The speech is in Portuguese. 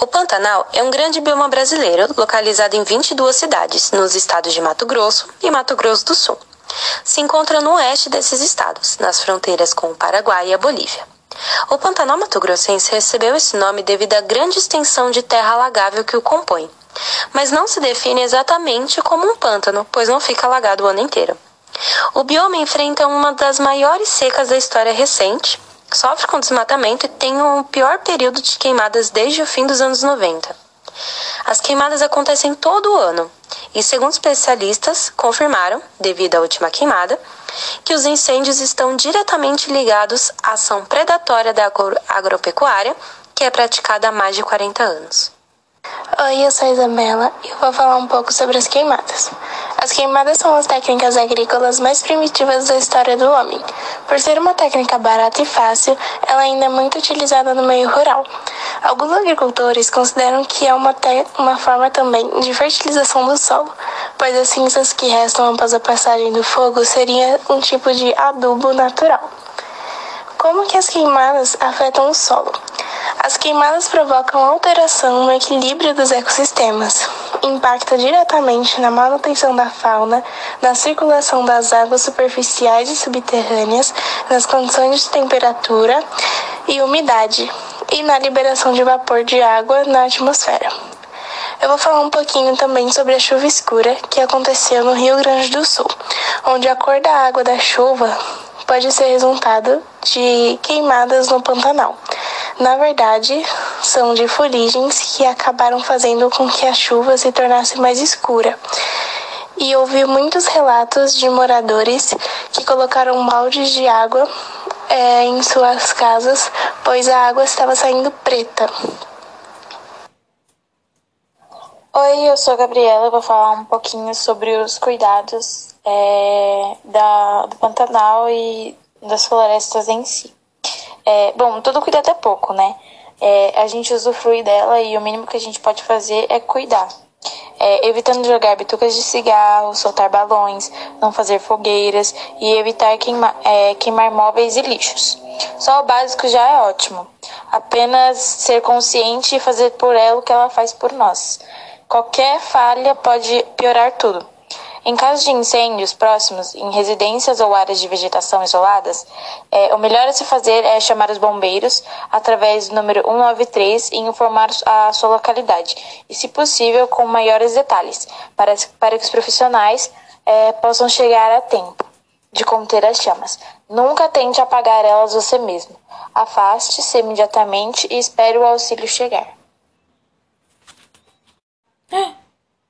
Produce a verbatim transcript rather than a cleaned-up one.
O Pantanal é um grande bioma brasileiro localizado em vinte e duas cidades, nos estados de Mato Grosso e Mato Grosso do Sul. Se encontra no oeste desses estados, nas fronteiras com o Paraguai e a Bolívia. O Pantanal mato-grossense recebeu esse nome devido à grande extensão de terra alagável que o compõe, mas não se define exatamente como um pântano, pois não fica alagado o ano inteiro. O bioma enfrenta uma das maiores secas da história recente, sofre com desmatamento e tem o pior período de queimadas desde o fim dos anos noventa. As queimadas acontecem todo o ano e, segundo especialistas, confirmaram, devido à última queimada, que os incêndios estão diretamente ligados à ação predatória da agro- agropecuária, que é praticada há mais de quarenta anos. Oi, eu sou a Isabela e eu vou falar um pouco sobre as queimadas. As queimadas são as técnicas agrícolas mais primitivas da história do homem. Por ser uma técnica barata e fácil, ela ainda é muito utilizada no meio rural. Alguns agricultores consideram que é uma, te- uma forma também de fertilização do solo, pois as cinzas que restam após a passagem do fogo seriam um tipo de adubo natural. Como que as queimadas afetam o solo? As queimadas provocam alteração no equilíbrio dos ecossistemas, impacta diretamente na manutenção da fauna, na circulação das águas superficiais e subterrâneas, nas condições de temperatura e umidade, e na liberação de vapor de água na atmosfera. Eu vou falar um pouquinho também sobre a chuva escura que aconteceu no Rio Grande do Sul, onde a cor da água da chuva pode ser resultado de queimadas no Pantanal. Na verdade, são de fuligens que acabaram fazendo com que a chuva se tornasse mais escura. E houve muitos relatos de moradores que colocaram baldes de água é, em suas casas, pois a água estava saindo preta. Oi, eu sou a Gabriela, eu vou falar um pouquinho sobre os cuidados é, da, do Pantanal e das florestas em si. É, bom, todo cuidado é pouco, né? É, a gente usufrui dela e o mínimo que a gente pode fazer é cuidar. É, evitando jogar bitucas de cigarro, soltar balões, não fazer fogueiras e evitar queima, é, queimar móveis e lixos. Só o básico já é ótimo. Apenas ser consciente e fazer por ela o que ela faz por nós. Qualquer falha pode piorar tudo. Em caso de incêndios próximos, em residências ou áreas de vegetação isoladas, é, o melhor a se fazer é chamar os bombeiros através do número um nove três e informar a sua localidade, e, se possível, com maiores detalhes, para, para que os profissionais é, possam chegar a tempo de conter as chamas. Nunca tente apagar elas você mesmo. Afaste-se imediatamente e espere o auxílio chegar.